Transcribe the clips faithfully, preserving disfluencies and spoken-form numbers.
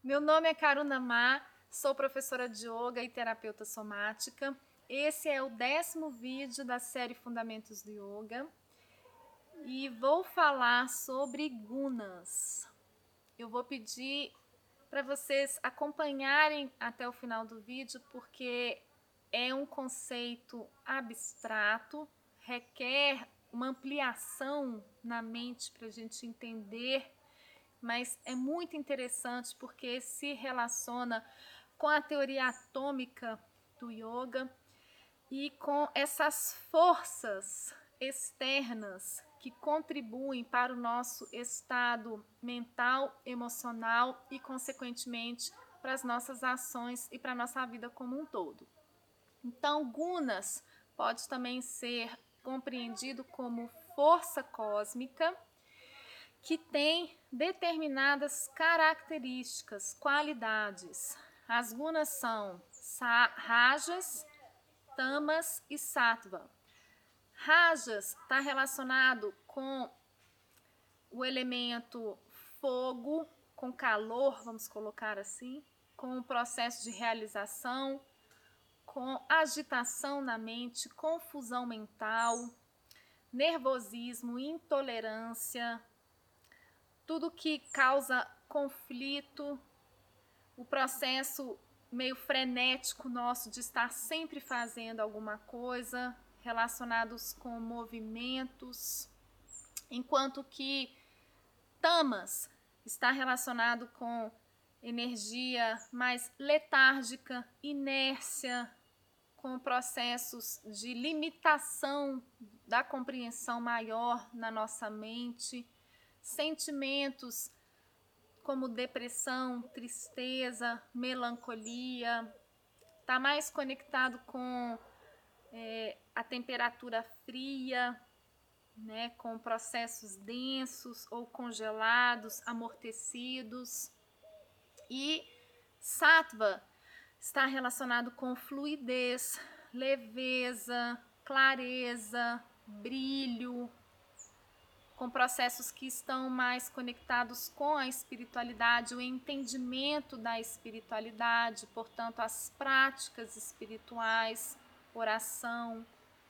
Meu nome é Karuna Ma, sou professora de yoga e terapeuta somática. Esse é o décimo vídeo da série Fundamentos do Yoga e vou falar sobre gunas. Eu vou pedir para vocês acompanharem até o final do vídeo, porque é um conceito abstrato, requer uma ampliação na mente para a gente entender, mas é muito interessante porque se relaciona com a teoria atômica do yoga e com essas forças externas que contribuem para o nosso estado mental, emocional e, consequentemente, para as nossas ações e para a nossa vida como um todo. Então, gunas pode também ser compreendido como força cósmica que tem determinadas características, qualidades. As gunas são rajas, tamas e sattva. Rajas está relacionado com o elemento fogo, com calor, vamos colocar assim, com o processo de realização, com agitação na mente, confusão mental, nervosismo, intolerância, tudo que causa conflito, o processo meio frenético nosso de estar sempre fazendo alguma coisa, relacionados com movimentos, enquanto que tamas está relacionado com energia mais letárgica, inércia, com processos de limitação da compreensão maior na nossa mente, sentimentos como depressão, tristeza, melancolia, está mais conectado com é, a temperatura fria, né, com processos densos ou congelados, amortecidos. E sattva está relacionado com fluidez, leveza, clareza, brilho, com processos que estão mais conectados com a espiritualidade, o entendimento da espiritualidade, portanto, as práticas espirituais, oração.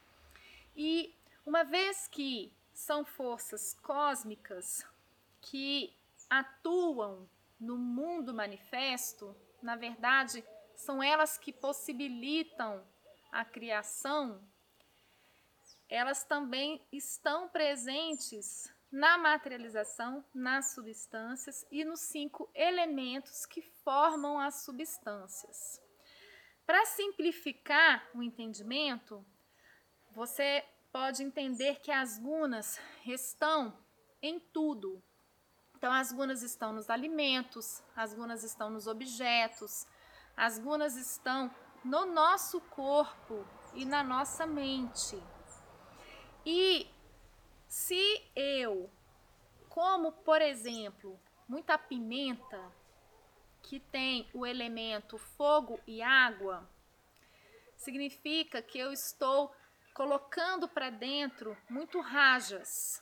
E uma vez que são forças cósmicas que atuam no mundo manifesto, na verdade, são elas que possibilitam a criação, elas também estão presentes na materialização, nas substâncias e nos cinco elementos que formam as substâncias. Para simplificar o entendimento, você pode entender que as gunas estão em tudo. Então, as gunas estão nos alimentos, as gunas estão nos objetos, as gunas estão no nosso corpo e na nossa mente. E se eu como, por exemplo, muita pimenta, que tem o elemento fogo e água, significa que eu estou colocando para dentro muito rajas.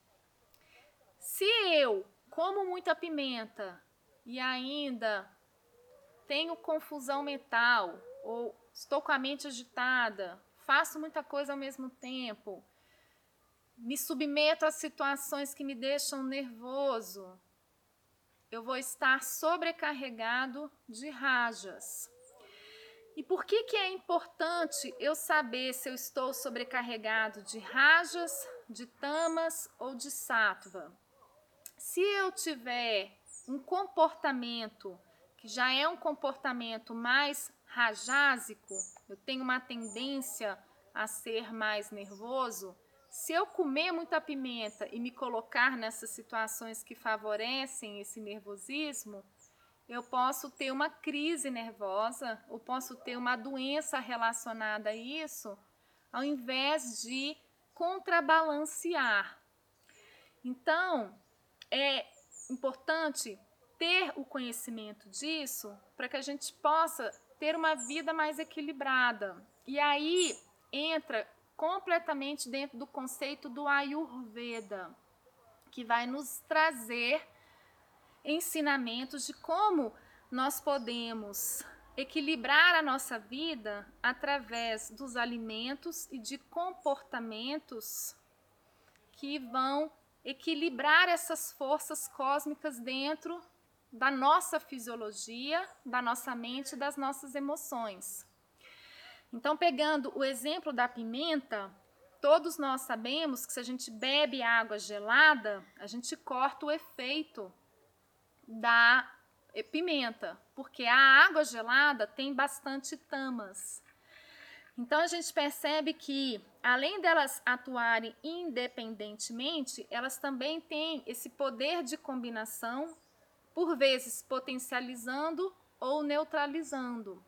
Se eu como muita pimenta e ainda tenho confusão mental, ou estou com a mente agitada, faço muita coisa ao mesmo tempo, me submeto a situações que me deixam nervoso, eu vou estar sobrecarregado de rajas. E por que que é importante eu saber se eu estou sobrecarregado de rajas, de tamas ou de sattva? Se eu tiver um comportamento que já é um comportamento mais rajásico, eu tenho uma tendência a ser mais nervoso, se eu comer muita pimenta e me colocar nessas situações que favorecem esse nervosismo, eu posso ter uma crise nervosa, ou posso ter uma doença relacionada a isso, ao invés de contrabalancear. Então, é importante ter o conhecimento disso para que a gente possa ter uma vida mais equilibrada. E aí entra completamente dentro do conceito do Ayurveda, que vai nos trazer ensinamentos de como nós podemos equilibrar a nossa vida através dos alimentos e de comportamentos que vão equilibrar essas forças cósmicas dentro da nossa fisiologia, da nossa mente e das nossas emoções. Então, pegando o exemplo da pimenta, todos nós sabemos que se a gente bebe água gelada, a gente corta o efeito da pimenta, porque a água gelada tem bastante tamas. Então, a gente percebe que, além delas atuarem independentemente, elas também têm esse poder de combinação, por vezes potencializando ou neutralizando.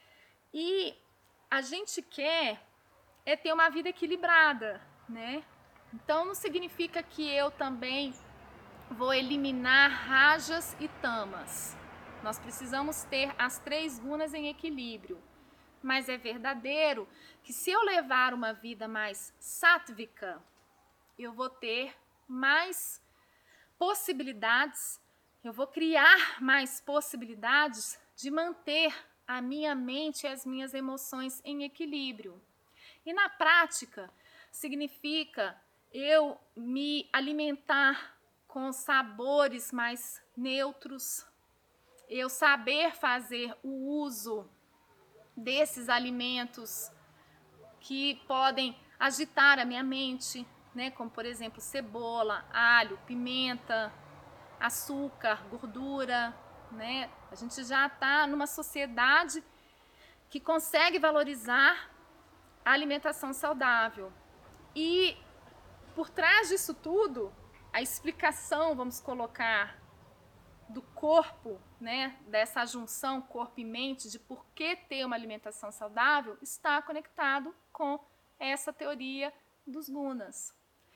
E a gente quer é ter uma vida equilibrada, né? Então, não significa que eu também vou eliminar rajas e tamas. Nós precisamos ter as três gunas em equilíbrio. Mas é verdadeiro que se eu levar uma vida mais sátvica, eu vou ter mais possibilidades, eu vou criar mais possibilidades de manter a minha mente e as minhas emoções em equilíbrio. E na prática, significa eu me alimentar com sabores mais neutros, eu saber fazer o uso desses alimentos que podem agitar a minha mente, né? Como, por exemplo, cebola, alho, pimenta, açúcar, gordura, né? A gente já está numa sociedade que consegue valorizar a alimentação saudável. E por trás disso tudo, a explicação, vamos colocar, do corpo, né, dessa junção corpo e mente, de por que ter uma alimentação saudável, está conectado com essa teoria dos gunas.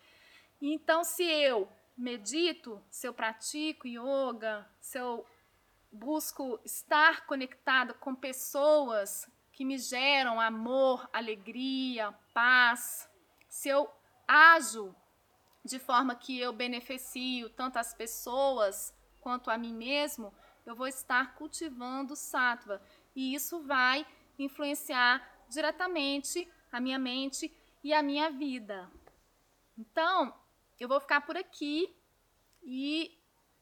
Então, se eu medito, se eu pratico yoga, se eu busco estar conectada com pessoas que me geram amor, alegria, paz, se eu ajo de forma que eu beneficio tanto as pessoas quanto a mim mesmo, eu vou estar cultivando sattva. E isso vai influenciar diretamente a minha mente e a minha vida. Então, eu vou ficar por aqui e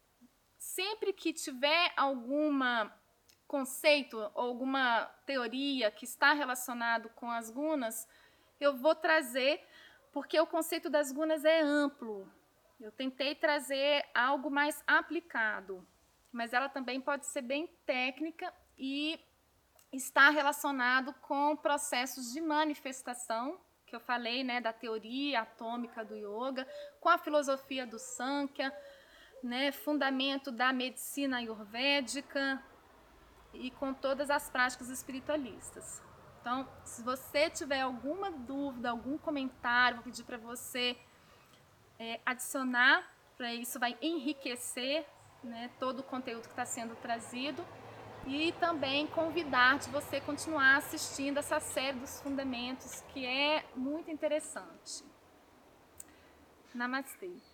sempre que tiver alguma conceito, alguma teoria que está relacionado com as gunas, eu vou trazer, porque o conceito das gunas é amplo. Eu tentei trazer algo mais aplicado, mas ela também pode ser bem técnica e está relacionado com processos de manifestação, que eu falei, né, da teoria atômica do yoga, com a filosofia do Sankhya, né, fundamento da medicina ayurvédica e com todas as práticas espiritualistas. Então, se você tiver alguma dúvida, algum comentário, vou pedir para você é, adicionar, para isso vai enriquecer, né, todo o conteúdo que está sendo trazido, e também convidar de você continuar assistindo essa série dos fundamentos, que é muito interessante. Namastê.